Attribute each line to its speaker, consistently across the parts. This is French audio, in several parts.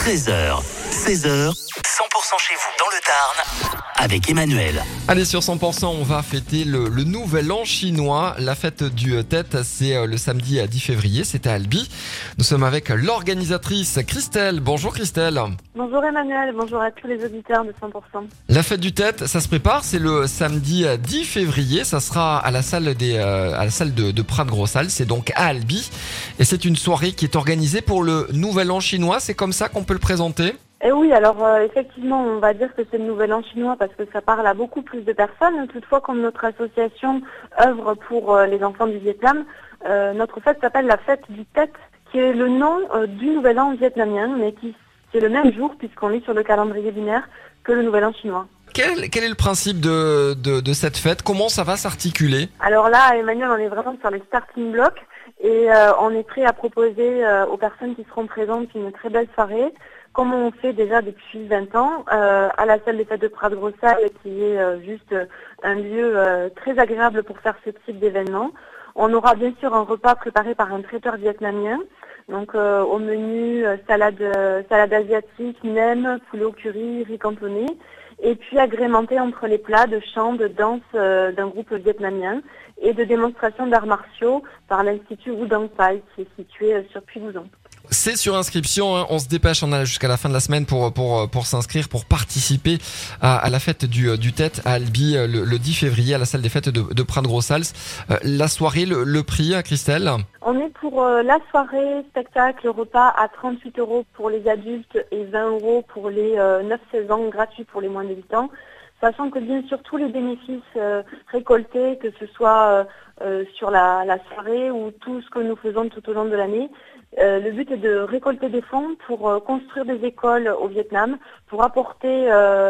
Speaker 1: 13h, 16h, 100% chez vous dans le Tarn avec Emmanuel.
Speaker 2: Allez, sur 100%, on va fêter le nouvel an chinois. La fête du Tet, c'est le samedi 10 février, c'est à Albi. Nous sommes avec l'organisatrice Christelle. Bonjour Christelle.
Speaker 3: Bonjour Emmanuel, bonjour à tous les auditeurs de 100%.
Speaker 2: La fête du Tet, ça se prépare, c'est le samedi 10 février. Ça sera à la salle de Prat-Grossal, c'est donc à Albi. Et c'est une soirée qui est organisée pour le nouvel an chinois, c'est comme ça qu'on peut le présenter ?
Speaker 3: Et oui, alors effectivement, on va dire que c'est le nouvel an chinois parce que ça parle à beaucoup plus de personnes. Toutefois, comme notre association œuvre pour les enfants du Vietnam, notre fête s'appelle la fête du Tet, qui est le nom du nouvel an vietnamien, mais qui c'est le même jour puisqu'on est sur le calendrier lunaire que le nouvel an chinois.
Speaker 2: Quel est le principe de cette fête ? Comment ça va s'articuler ?
Speaker 3: Alors là, Emmanuel, on est vraiment sur les starting blocks et on est prêt à proposer aux personnes qui seront présentes une très belle soirée, comme on fait déjà depuis 20 ans, à la salle des fêtes de Prat-Grossal, qui est juste un lieu très agréable pour faire ce type d'événement. On aura bien sûr un repas préparé par un traiteur vietnamien, donc au menu salade asiatique, nem, poulet au curry, riz cantonné, et puis agrémenté entre les plats de chant, de danse d'un groupe vietnamien et de démonstration d'arts martiaux par l'Institut Wudang Pai, qui est situé sur Puy-Mouzon.
Speaker 2: C'est sur inscription, hein. On se dépêche, on a jusqu'à la fin de la semaine pour s'inscrire, pour participer à la fête du Tet à Albi le 10 février à la salle des fêtes de Prat-Grossal. La soirée, le prix, Christelle ?
Speaker 3: On est pour la soirée, spectacle, repas à 38 € pour les adultes et 20 € pour les 9-16 ans, gratuit pour les moins de 8 ans. Sachant que bien sûr tous les bénéfices récoltés, que ce soit sur la soirée ou tout ce que nous faisons tout au long de l'année, le but est de récolter des fonds pour construire des écoles au Vietnam, pour apporter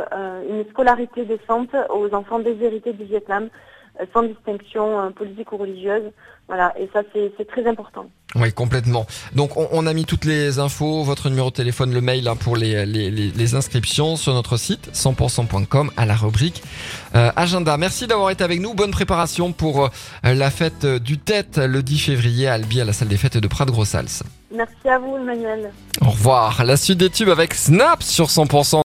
Speaker 3: une scolarité décente aux enfants déshérités du Vietnam, sans distinction politique ou religieuse. Voilà, et ça c'est très important.
Speaker 2: Oui, complètement. Donc on a mis toutes les infos, votre numéro de téléphone, le mail pour les inscriptions sur notre site 100%.com à la rubrique agenda. Merci d'avoir été avec nous. Bonne préparation pour la fête du Tet le 10 février à Albi à la salle des fêtes de Prat-Grossal.
Speaker 3: Merci à vous Emmanuel.
Speaker 2: Au revoir. La suite des tubes avec Snap sur 100%.